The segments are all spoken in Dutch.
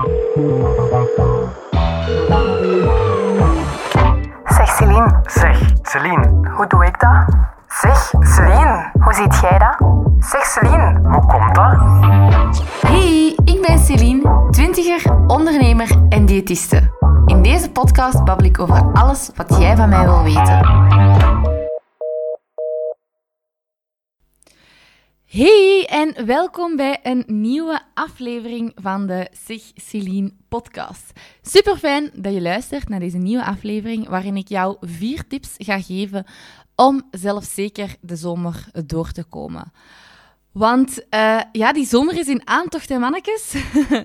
Zeg Celine. Zeg, Celine. Hoe doe ik dat? Zeg Celine. Hoe ziet jij dat? Zeg Celine. Hoe komt dat? Hey, ik ben Celine, twintiger, ondernemer en diëtiste. In deze podcast babbel ik over alles wat jij van mij wil weten. Hey en welkom bij een nieuwe aflevering van de Zeg Celine podcast. Super fijn dat je luistert naar deze nieuwe aflevering waarin ik jou 4 tips ga geven om zelfzeker de zomer door te komen. Want die zomer is in aantocht, hè, mannetjes.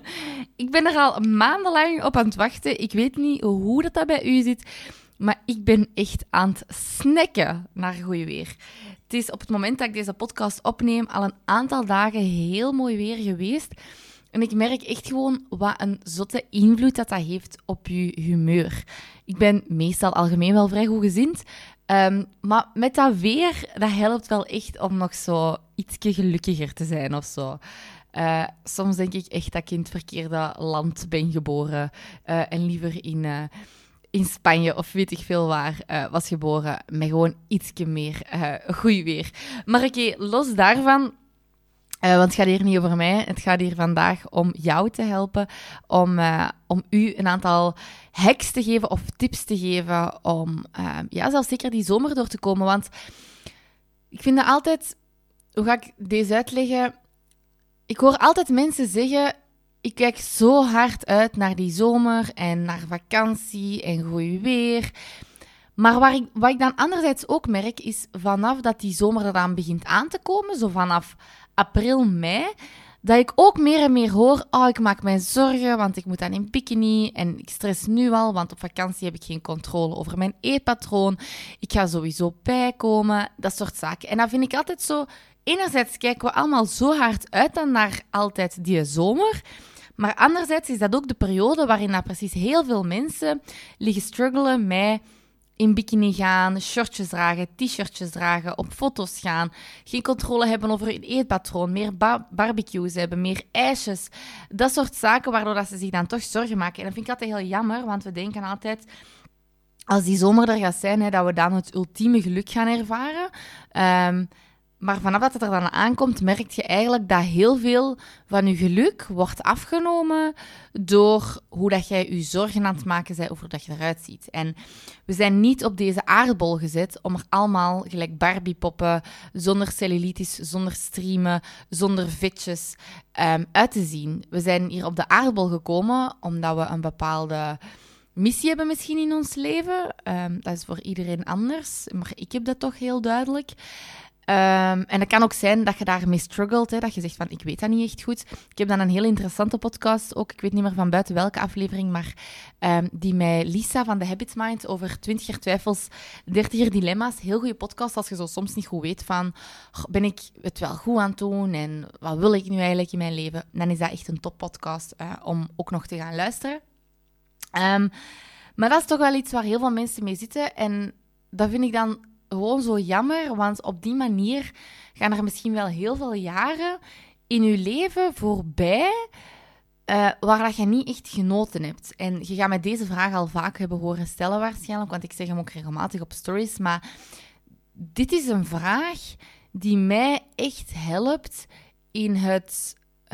Ik ben er al maandenlang op aan het wachten. Ik weet niet hoe dat bij u zit, maar ik ben echt aan het snacken naar goed weer. Het is op het moment dat ik deze podcast opneem al een aantal dagen heel mooi weer geweest. En ik merk echt gewoon wat een zotte invloed dat heeft op je humeur. Ik ben meestal algemeen wel vrij goedgezind. Maar met dat weer, dat helpt wel echt om nog zo ietsje gelukkiger te zijn of zo. Soms denk ik echt dat ik in het verkeerde land ben geboren. En liever in Spanje of weet ik veel waar was geboren. Met gewoon ietsje meer goed weer. Maar oké, los daarvan... want het gaat hier niet over mij. Het gaat hier vandaag om jou te helpen. Om u een aantal hacks te geven of tips te geven. Om zelfs zeker die zomer door te komen. Want ik vind dat altijd... Hoe ga ik deze uitleggen? Ik hoor altijd mensen zeggen... Ik kijk zo hard uit naar die zomer en naar vakantie en goed weer. Maar wat ik dan anderzijds ook merk, is vanaf dat die zomer eraan begint aan te komen, zo vanaf april, mei, dat ik ook meer en meer hoor, ik maak mij zorgen, want ik moet dan in bikini en ik stress nu al, want op vakantie heb ik geen controle over mijn eetpatroon. Ik ga sowieso bijkomen, dat soort zaken. En dat vind ik altijd zo... Enerzijds kijken we allemaal zo hard uit dan naar altijd die zomer. Maar anderzijds is dat ook de periode waarin dat precies heel veel mensen liggen struggelen met in bikini gaan, shortjes dragen, t-shirtjes dragen, op foto's gaan, geen controle hebben over hun eetpatroon, meer barbecues hebben, meer ijsjes. Dat soort zaken waardoor dat ze zich dan toch zorgen maken. En dat vind ik altijd heel jammer, want we denken altijd... Als die zomer er gaat zijn, dat we dan het ultieme geluk gaan ervaren. Maar vanaf dat het er dan aankomt, merk je eigenlijk dat heel veel van je geluk wordt afgenomen door hoe dat jij je zorgen aan het maken bent over hoe dat je eruit ziet. En we zijn niet op deze aardbol gezet om er allemaal gelijk Barbiepoppen, zonder cellulitis, zonder streamen, zonder vetjes uit te zien. We zijn hier op de aardbol gekomen omdat we een bepaalde... missie hebben misschien in ons leven. Dat is voor iedereen anders, maar ik heb dat toch heel duidelijk. En het kan ook zijn dat je daarmee struggelt, hè, dat je zegt van, ik weet dat niet echt goed. Ik heb dan een heel interessante podcast, ook, ik weet niet meer van buiten welke aflevering, maar die met Lisa van The Habit Mind over 20er twijfels, 30er dilemma's. Heel goede podcast als je zo soms niet goed weet van, ben ik het wel goed aan het doen en wat wil ik nu eigenlijk in mijn leven? Dan is dat echt een toppodcast om ook nog te gaan luisteren. Maar dat is toch wel iets waar heel veel mensen mee zitten. En dat vind ik dan gewoon zo jammer, want op die manier gaan er misschien wel heel veel jaren in je leven voorbij waar dat je niet echt genoten hebt. En je gaat mij deze vraag al vaak hebben horen stellen waarschijnlijk, want ik zeg hem ook regelmatig op stories, maar dit is een vraag die mij echt helpt in het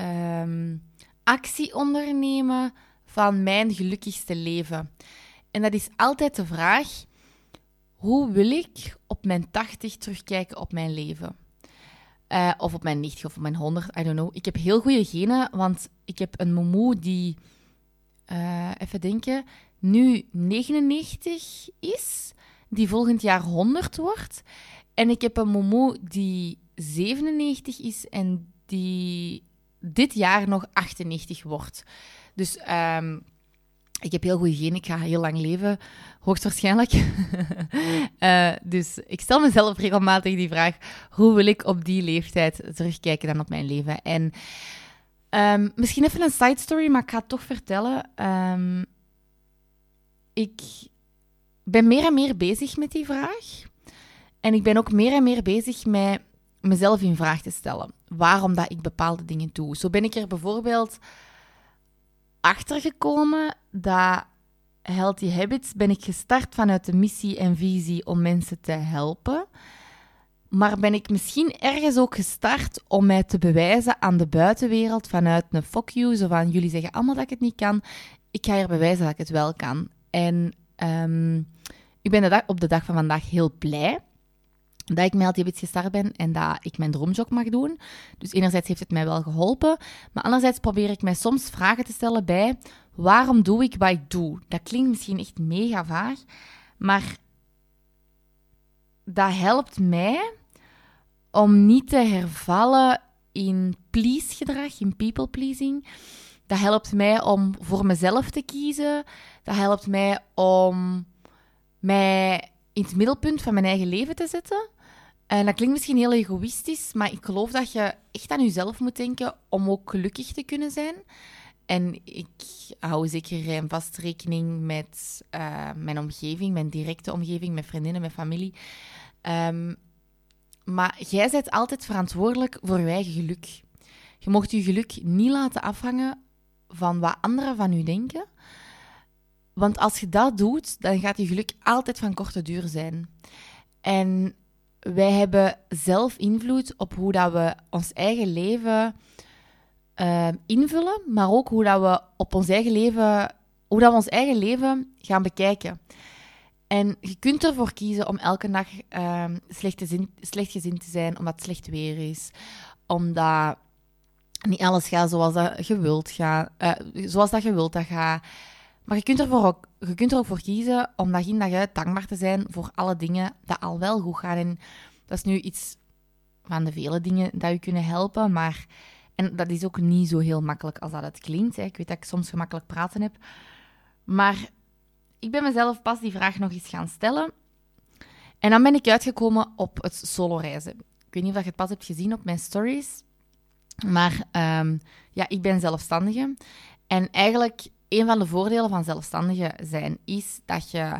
actie ondernemen van mijn gelukkigste leven. En dat is altijd de vraag, hoe wil ik op mijn 80 terugkijken op mijn leven? Of op mijn 90 of op mijn 100, I don't know. Ik heb heel goede genen, want ik heb een momoe die, even denken, nu 99 is, die volgend jaar 100 wordt. En ik heb een momoe die 97 is en die dit jaar nog 98 wordt. Dus ik heb heel goede genen. Ik ga heel lang leven, hoogstwaarschijnlijk. Dus ik stel mezelf regelmatig die vraag, hoe wil ik op die leeftijd terugkijken dan op mijn leven? En misschien even een side story, maar ik ga het toch vertellen. Ik ben meer en meer bezig met die vraag. En ik ben ook meer en meer bezig met mezelf in vraag te stellen. Waarom dat ik bepaalde dingen doe. Zo ben ik er bijvoorbeeld achtergekomen dat Healthy Habits ben ik gestart vanuit de missie en visie om mensen te helpen. Maar ben ik misschien ergens ook gestart om mij te bewijzen aan de buitenwereld vanuit een fuck you, zo van jullie zeggen allemaal dat ik het niet kan. Ik ga hier bewijzen dat ik het wel kan. En ik ben op de dag van vandaag heel blij dat ik met Healthy Habits gestart ben en dat ik mijn droomjob mag doen. Dus enerzijds heeft het mij wel geholpen, maar anderzijds probeer ik mij soms vragen te stellen bij waarom doe ik wat ik doe? Dat klinkt misschien echt mega vaag, maar dat helpt mij om niet te hervallen in please-gedrag, in people-pleasing. Dat helpt mij om voor mezelf te kiezen. Dat helpt mij om mij in het middelpunt van mijn eigen leven te zetten. En dat klinkt misschien heel egoïstisch, maar ik geloof dat je echt aan jezelf moet denken om ook gelukkig te kunnen zijn. En ik hou zeker en vast rekening met mijn omgeving, mijn directe omgeving, mijn vriendinnen, mijn familie. Maar jij bent altijd verantwoordelijk voor je eigen geluk. Je mocht je geluk niet laten afhangen van wat anderen van u denken. Want als je dat doet, dan gaat je geluk altijd van korte duur zijn. En wij hebben zelf invloed op hoe dat we ons eigen leven invullen, maar ook hoe dat we ons eigen leven gaan bekijken. En je kunt ervoor kiezen om elke dag slechtgezind te zijn, omdat het slecht weer is, omdat niet alles gaat zoals dat je wilt dat gaat. Maar je kunt er ook voor kiezen om dag in dag uit dankbaar te zijn voor alle dingen dat al wel goed gaan. En dat is nu iets van de vele dingen dat je kunnen helpen, en dat is ook niet zo heel makkelijk als dat het klinkt. Hè. Ik weet dat ik soms gemakkelijk praten heb. Maar ik ben mezelf pas die vraag nog eens gaan stellen. En dan ben ik uitgekomen op het solo-reizen. Ik weet niet of je het pas hebt gezien op mijn stories. Maar ik ben zelfstandige. En eigenlijk, een van de voordelen van zelfstandige zijn is dat je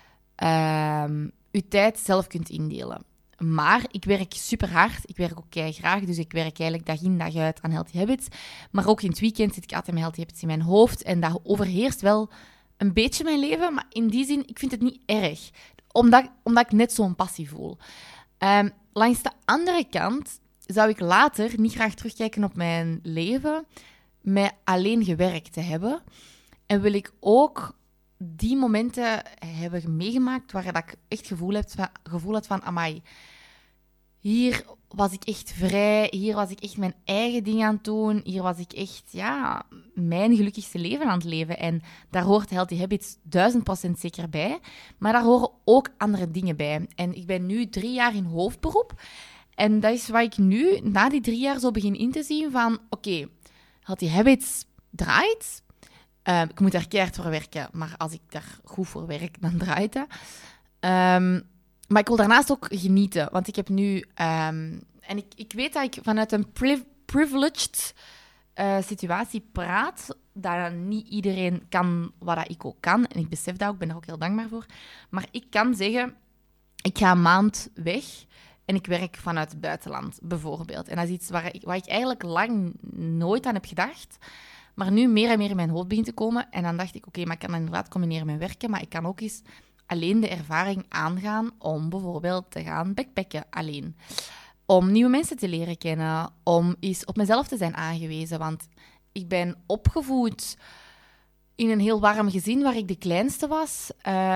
je tijd zelf kunt indelen. Maar ik werk super hard. Ik werk ook keigraag. Dus ik werk eigenlijk dag in dag uit aan Healthy Habits. Maar ook in het weekend zit ik altijd met Healthy Habits in mijn hoofd. En dat overheerst wel een beetje mijn leven. Maar in die zin, ik vind het niet erg. Omdat ik net zo'n passie voel. Langs de andere kant zou ik later niet graag terugkijken op mijn leven met alleen gewerkt te hebben. En wil ik ook die momenten hebben meegemaakt waar dat ik echt gevoel had van amai, hier was ik echt vrij, hier was ik echt mijn eigen ding aan het doen, hier was ik echt mijn gelukkigste leven aan het leven. En daar hoort Healthy Habits 1000% zeker bij, maar daar horen ook andere dingen bij. En ik ben nu 3 jaar in hoofdberoep en dat is wat ik nu, na die 3 jaar, zo begin in te zien van oké, Healthy Habits draait. Ik moet daar keihard voor werken, maar als ik daar goed voor werk, dan draait dat. Maar ik wil daarnaast ook genieten, want ik heb nu... en ik weet dat ik vanuit een privileged situatie praat, dat niet iedereen kan wat dat ik ook kan. En ik besef dat ook, ik ben daar ook heel dankbaar voor. Maar ik kan zeggen, ik ga een maand weg en ik werk vanuit het buitenland, bijvoorbeeld. En dat is iets waar ik eigenlijk lang nooit aan heb gedacht, maar nu meer en meer in mijn hoofd begint te komen. En dan dacht ik, oké, maar ik kan dat inderdaad combineren met werken, maar ik kan ook eens alleen de ervaring aangaan om bijvoorbeeld te gaan backpacken alleen. Om nieuwe mensen te leren kennen, om eens op mezelf te zijn aangewezen. Want ik ben opgevoed in een heel warm gezin waar ik de kleinste was.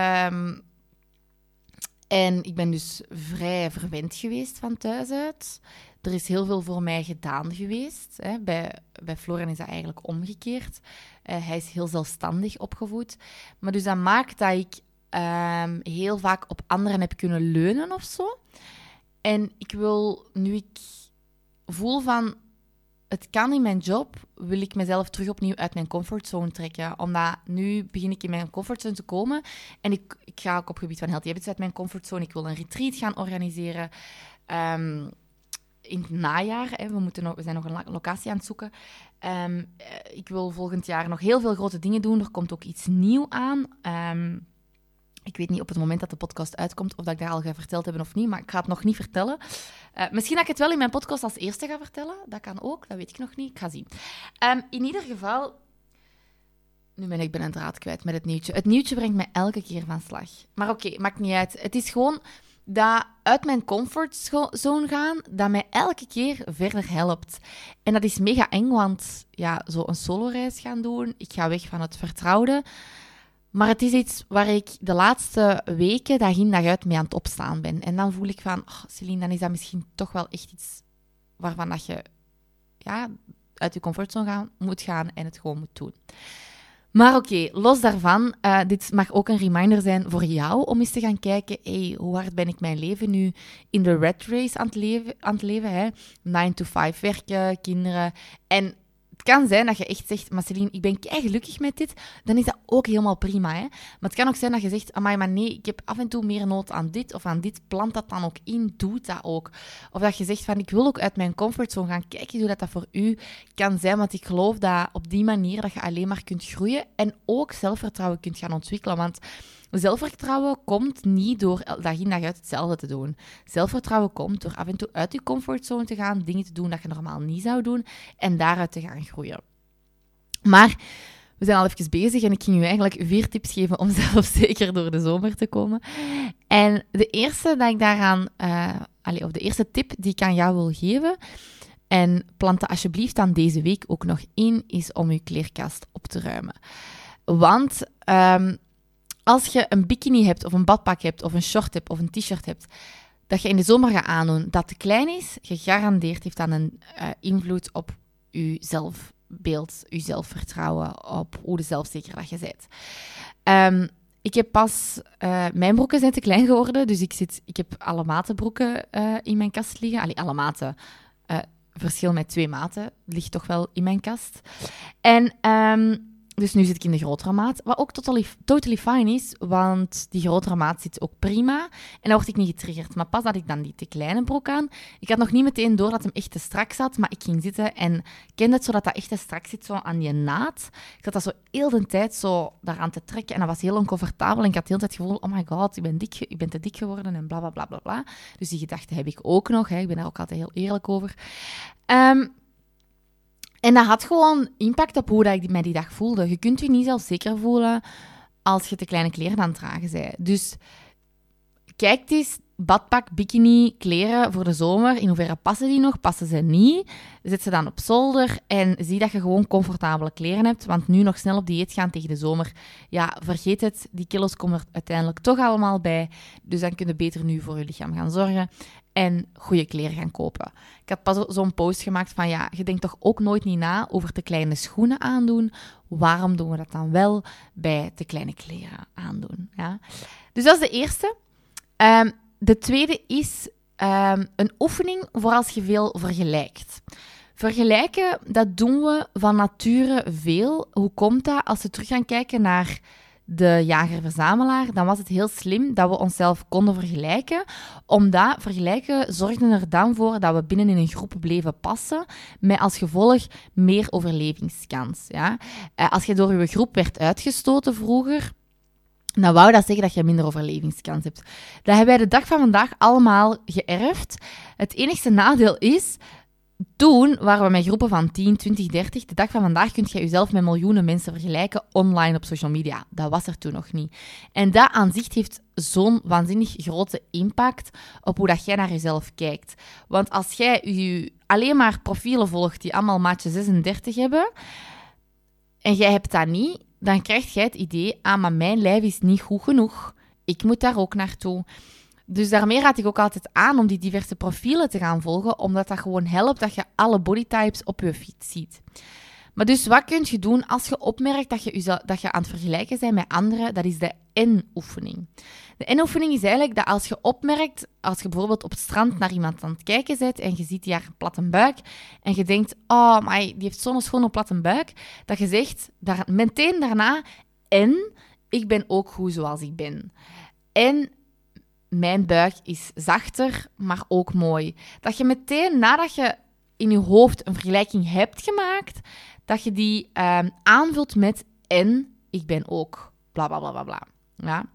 En ik ben dus vrij verwend geweest van thuis uit. Er is heel veel voor mij gedaan geweest. Hè. Bij Florian is dat eigenlijk omgekeerd. Hij is heel zelfstandig opgevoed. Maar dus dat maakt dat ik heel vaak op anderen heb kunnen leunen of zo. En ik wil, nu ik voel van het kan in mijn job, wil ik mezelf terug opnieuw uit mijn comfortzone trekken. Omdat nu begin ik in mijn comfortzone te komen. En ik ga ook op het gebied van Healthy Habits uit mijn comfortzone. Ik wil een retreat gaan organiseren in het najaar. Hè. We zijn nog een locatie aan het zoeken. Ik wil volgend jaar nog heel veel grote dingen doen. Er komt ook iets nieuws aan. Ik weet niet op het moment dat de podcast uitkomt of dat ik daar al ga verteld hebben of niet, maar ik ga het nog niet vertellen. Misschien dat ik het wel in mijn podcast als eerste ga vertellen. Dat kan ook, dat weet ik nog niet. Ik ga zien. In ieder geval, Nu ben ik een draad kwijt met het nieuwtje. Het nieuwtje brengt mij elke keer van slag. Maar oké, maakt niet uit. Het is gewoon dat uit mijn comfortzone gaan, dat mij elke keer verder helpt. En dat is mega eng, want ja, zo een soloreis gaan doen, ik ga weg van het vertrouwde. Maar het is iets waar ik de laatste weken dag in dag uit mee aan het opstaan ben. En dan voel ik van, Celine, dan is dat misschien toch wel echt iets waarvan dat je uit je comfortzone moet gaan en het gewoon moet doen. Maar oké, los daarvan, dit mag ook een reminder zijn voor jou om eens te gaan kijken, hoe hard ben ik mijn leven nu in de rat race aan het leven, hè? 9 to 5 werken, kinderen. En het kan zijn dat je echt zegt, maar Celine, ik ben keigelukkig met dit. Dan is dat ook helemaal prima, hè. Maar het kan ook zijn dat je zegt, amai, maar nee, ik heb af en toe meer nood aan dit of aan dit. Plant dat dan ook in, doe dat ook. Of dat je zegt van, ik wil ook uit mijn comfortzone gaan kijken hoe dat voor u kan zijn. Want ik geloof dat op die manier dat je alleen maar kunt groeien en ook zelfvertrouwen kunt gaan ontwikkelen. Want zelfvertrouwen komt niet door dag in dag uit hetzelfde te doen. Zelfvertrouwen komt door af en toe uit je comfortzone te gaan, dingen te doen dat je normaal niet zou doen en daaruit te gaan groeien. Maar we zijn al even bezig en ik ging u eigenlijk 4 tips geven om zelfzeker door de zomer te komen. En de eerste dat ik daaraan, of de eerste tip die ik aan jou wil geven, en plant dat alsjeblieft dan deze week ook nog in, is om je kleerkast op te ruimen. Want als je een bikini hebt, of een badpak hebt, of een short hebt, of een t-shirt hebt, dat je in de zomer gaat aandoen, dat te klein is, gegarandeerd heeft dat een invloed op je zelfbeeld, je zelfvertrouwen, op hoe zelfzeker dat je bent. Ik heb pas... mijn broeken zijn te klein geworden, dus ik heb alle matenbroeken in mijn kast liggen. Allee, alle maten. Verschil met 2 maten ligt toch wel in mijn kast. En... Dus nu zit ik in de grotere maat, wat ook totally fine is, want die grotere maat zit ook prima. En dan word ik niet getriggerd. Maar pas had ik dan die te kleine broek aan. Ik had nog niet meteen door dat hem echt te strak zat, maar ik ging zitten en kende het zo dat echt te strak zit, zo aan die naad. Ik zat dat zo heel de tijd zo daaraan te trekken en dat was heel oncomfortabel. En ik had de hele tijd het gevoel, oh my god, ik ben te dik geworden en bla bla bla bla bla. Dus die gedachte heb ik ook nog, hè. Ik ben daar ook altijd heel eerlijk over. En dat had gewoon impact op hoe dat ik mij die dag voelde. Je kunt je niet zelfzeker voelen als je te kleine kleren aan het dragen bent. Dus kijk eens, badpak, bikini, kleren voor de zomer. In hoeverre passen die nog? Passen ze niet? Zet ze dan op zolder en zie dat je gewoon comfortabele kleren hebt. Want nu nog snel op dieet gaan tegen de zomer. Ja, vergeet het. Die kilo's komen er uiteindelijk toch allemaal bij. Dus dan kun je beter nu voor je lichaam gaan zorgen. En goede kleren gaan kopen. Ik had pas zo'n post gemaakt van, ja, je denkt toch ook nooit niet na over te kleine schoenen aandoen. Waarom doen we dat dan wel bij te kleine kleren aandoen? Ja? Dus dat is de eerste. De tweede is een oefening voor als je veel vergelijkt. Vergelijken, dat doen we van nature veel. Hoe komt dat? Als we terug gaan kijken naar de jager-verzamelaar, dan was het heel slim dat we onszelf konden vergelijken, omdat vergelijken zorgde er dan voor dat we binnen in een groep bleven passen, met als gevolg meer overlevingskans. Ja? Als je door je groep werd uitgestoten vroeger, dan wou dat zeggen dat je minder overlevingskans hebt. Dat hebben wij de dag van vandaag allemaal geërfd. Het enigste nadeel is, toen waren we met groepen van 10, 20, 30. De dag van vandaag kun je jezelf met miljoenen mensen vergelijken online op social media. Dat was er toen nog niet. En dat aan zich heeft zo'n waanzinnig grote impact op hoe dat jij naar jezelf kijkt. Want als jij je alleen maar profielen volgt die allemaal maatje 36 hebben, en jij hebt dat niet, dan krijg jij het idee, maar mijn lijf is niet goed genoeg. Ik moet daar ook naartoe. Dus daarmee raad ik ook altijd aan om die diverse profielen te gaan volgen, omdat dat gewoon helpt dat je alle bodytypes op je feed ziet. Maar dus wat kun je doen als je opmerkt dat je aan het vergelijken bent met anderen? Dat is de N-oefening. De N-oefening is eigenlijk dat als je opmerkt, als je bijvoorbeeld op het strand naar iemand aan het kijken bent en je ziet die haar platte buik en je denkt, oh, maar die heeft zo'n schone platte buik, dat je zegt meteen daarna, en ik ben ook goed zoals ik ben. En mijn buik is zachter, maar ook mooi. Dat je meteen, nadat je in je hoofd een vergelijking hebt gemaakt, dat je die aanvult met en ik ben ook bla bla bla bla bla. Ja?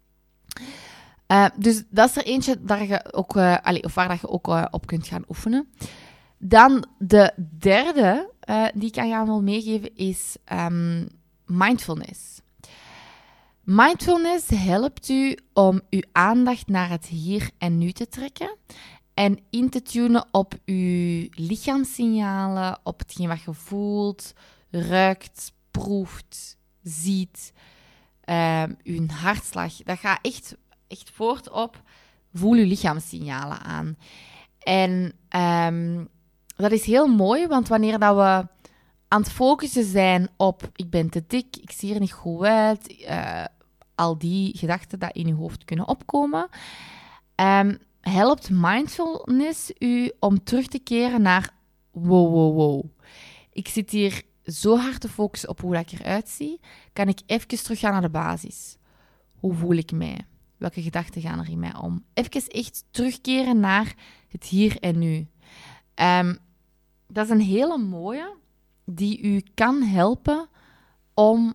Dus dat is er eentje waar je ook, waar je ook op kunt gaan oefenen. Dan de derde die ik aan jou wil meegeven is mindfulness. Mindfulness helpt u om uw aandacht naar het hier en nu te trekken en in te tunen op uw lichaamssignalen, op hetgeen wat je voelt, ruikt, proeft, ziet, uw hartslag. Dat gaat echt voort op voel uw lichaamssignalen aan. En dat is heel mooi, want wanneer dat we aan het focussen zijn op ik ben te dik, ik zie er niet goed uit, al die gedachten die in je hoofd kunnen opkomen, helpt mindfulness u om terug te keren naar wow. Ik zit hier zo hard te focussen op hoe ik eruit zie, kan ik even teruggaan naar de basis. Hoe voel ik mij? Welke gedachten gaan er in mij om? Even echt terugkeren naar het hier en nu. Dat is een hele mooie die u kan helpen om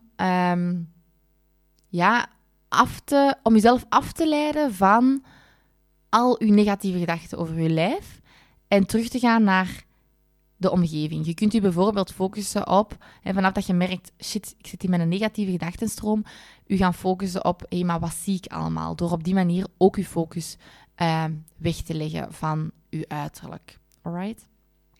om uzelf af te leiden van al uw negatieve gedachten over uw lijf en terug te gaan naar de omgeving. Je kunt u bijvoorbeeld focussen op, vanaf dat je merkt, shit, ik zit hier met een negatieve gedachtenstroom, u gaan focussen op, maar wat zie ik allemaal? Door op die manier ook uw focus weg te leggen van uw uiterlijk. Alright?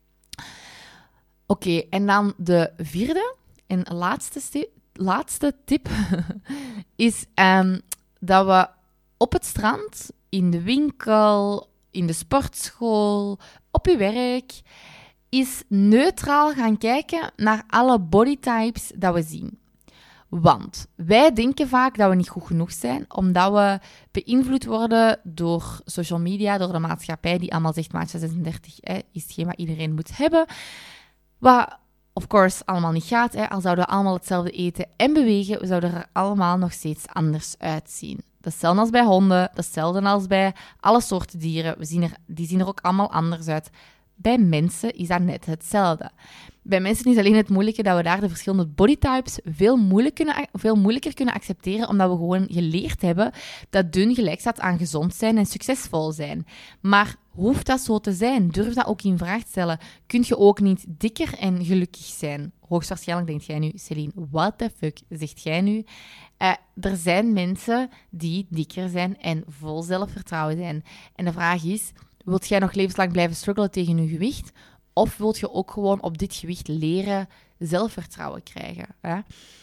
Oké, en dan de vierde en laatste tip is dat we op het strand, in de winkel, in de sportschool, op uw werk, is neutraal gaan kijken naar alle bodytypes dat we zien. Want wij denken vaak dat we niet goed genoeg zijn, omdat we beïnvloed worden door social media, door de maatschappij die allemaal zegt maatje 36 is hetgeen wat iedereen moet hebben. Wat, of course, allemaal niet gaat. Al zouden we allemaal hetzelfde eten en bewegen, we zouden er allemaal nog steeds anders uitzien. Dat is hetzelfde als bij honden, dat is hetzelfde als bij alle soorten dieren. Die zien er ook allemaal anders uit. Bij mensen is dat net hetzelfde. Bij mensen is alleen het moeilijke dat we daar de verschillende bodytypes veel moeilijker kunnen accepteren, omdat we gewoon geleerd hebben dat dun gelijk staat aan gezond zijn en succesvol zijn. Maar hoeft dat zo te zijn? Durf dat ook in vraag te stellen. Kun je ook niet dikker en gelukkig zijn? Hoogstwaarschijnlijk denkt jij nu, Celine, what the fuck zegt jij nu? Er zijn mensen die dikker zijn en vol zelfvertrouwen zijn. En de vraag is, wilt jij nog levenslang blijven struggelen tegen je gewicht? Of wilt je ook gewoon op dit gewicht leren zelfvertrouwen krijgen? Hè?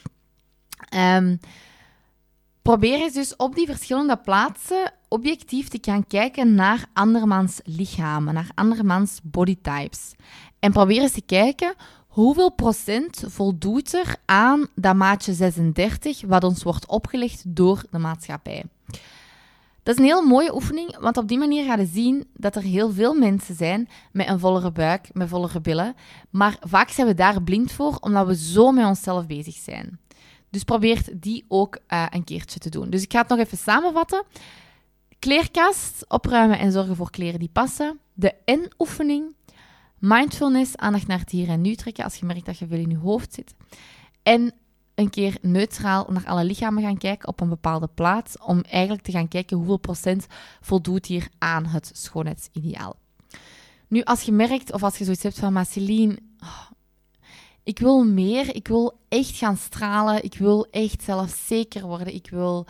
Probeer eens dus op die verschillende plaatsen objectief te gaan kijken naar andermans lichamen, naar andermans bodytypes. En probeer eens te kijken hoeveel procent voldoet er aan dat maatje 36 wat ons wordt opgelegd door de maatschappij. Dat is een heel mooie oefening, want op die manier ga je zien dat er heel veel mensen zijn met een vollere buik, met vollere billen. Maar vaak zijn we daar blind voor, omdat we zo met onszelf bezig zijn. Dus probeer die ook een keertje te doen. Dus ik ga het nog even samenvatten. Kleerkast, opruimen en zorgen voor kleren die passen. De N-oefening. Mindfulness, aandacht naar het hier en nu trekken als je merkt dat je veel in je hoofd zit. En een keer neutraal naar alle lichamen gaan kijken op een bepaalde plaats, om eigenlijk te gaan kijken hoeveel procent voldoet hier aan het schoonheidsideaal. Nu, als je merkt, of als je zoiets hebt van, maar Celine, ik wil meer, ik wil echt gaan stralen, ik wil echt zelfzeker worden, ik wil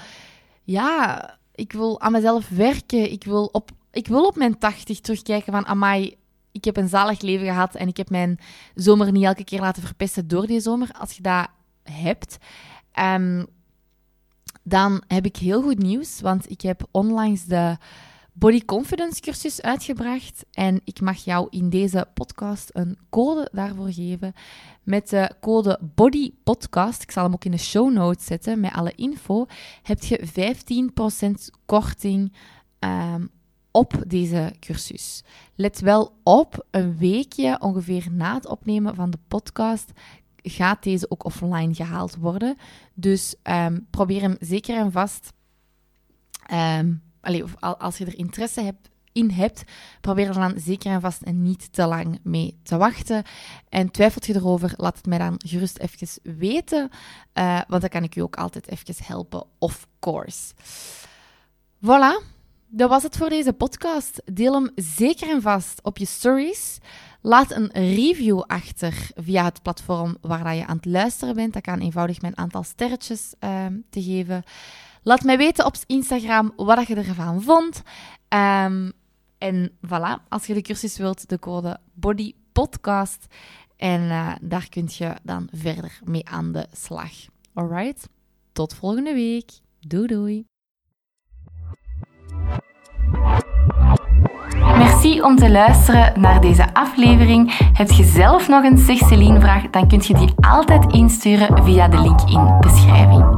aan mezelf werken, ik wil op mijn 80 terugkijken van, amai, ik heb een zalig leven gehad en ik heb mijn zomer niet elke keer laten verpesten door die zomer. Als je dat hebt, dan heb ik heel goed nieuws, want ik heb onlangs de Body Confidence cursus uitgebracht en ik mag jou in deze podcast een code daarvoor geven. Met de code BODYPODCAST, ik zal hem ook in de show notes zetten met alle info, heb je 15% korting op deze cursus. Let wel op, een weekje ongeveer na het opnemen van de podcast gaat deze ook offline gehaald worden. Dus probeer hem zeker en vast, als je er interesse in hebt, probeer er dan zeker en vast niet te lang mee te wachten. En twijfelt je erover, laat het mij dan gerust even weten, want dan kan ik u ook altijd even helpen, of course. Voilà. Dat was het voor deze podcast. Deel hem zeker en vast op je stories. Laat een review achter via het platform waar je aan het luisteren bent. Dat kan eenvoudig met een aantal sterretjes te geven. Laat mij weten op Instagram wat je ervan vond. En voilà, als je de cursus wilt, de code BODYPODCAST. En daar kun je dan verder mee aan de slag. Alright, tot volgende week. Doei doei. Merci om te luisteren naar deze aflevering. Heb je zelf nog een Zeg Celine vraag, dan kun je die altijd insturen via de link in de beschrijving.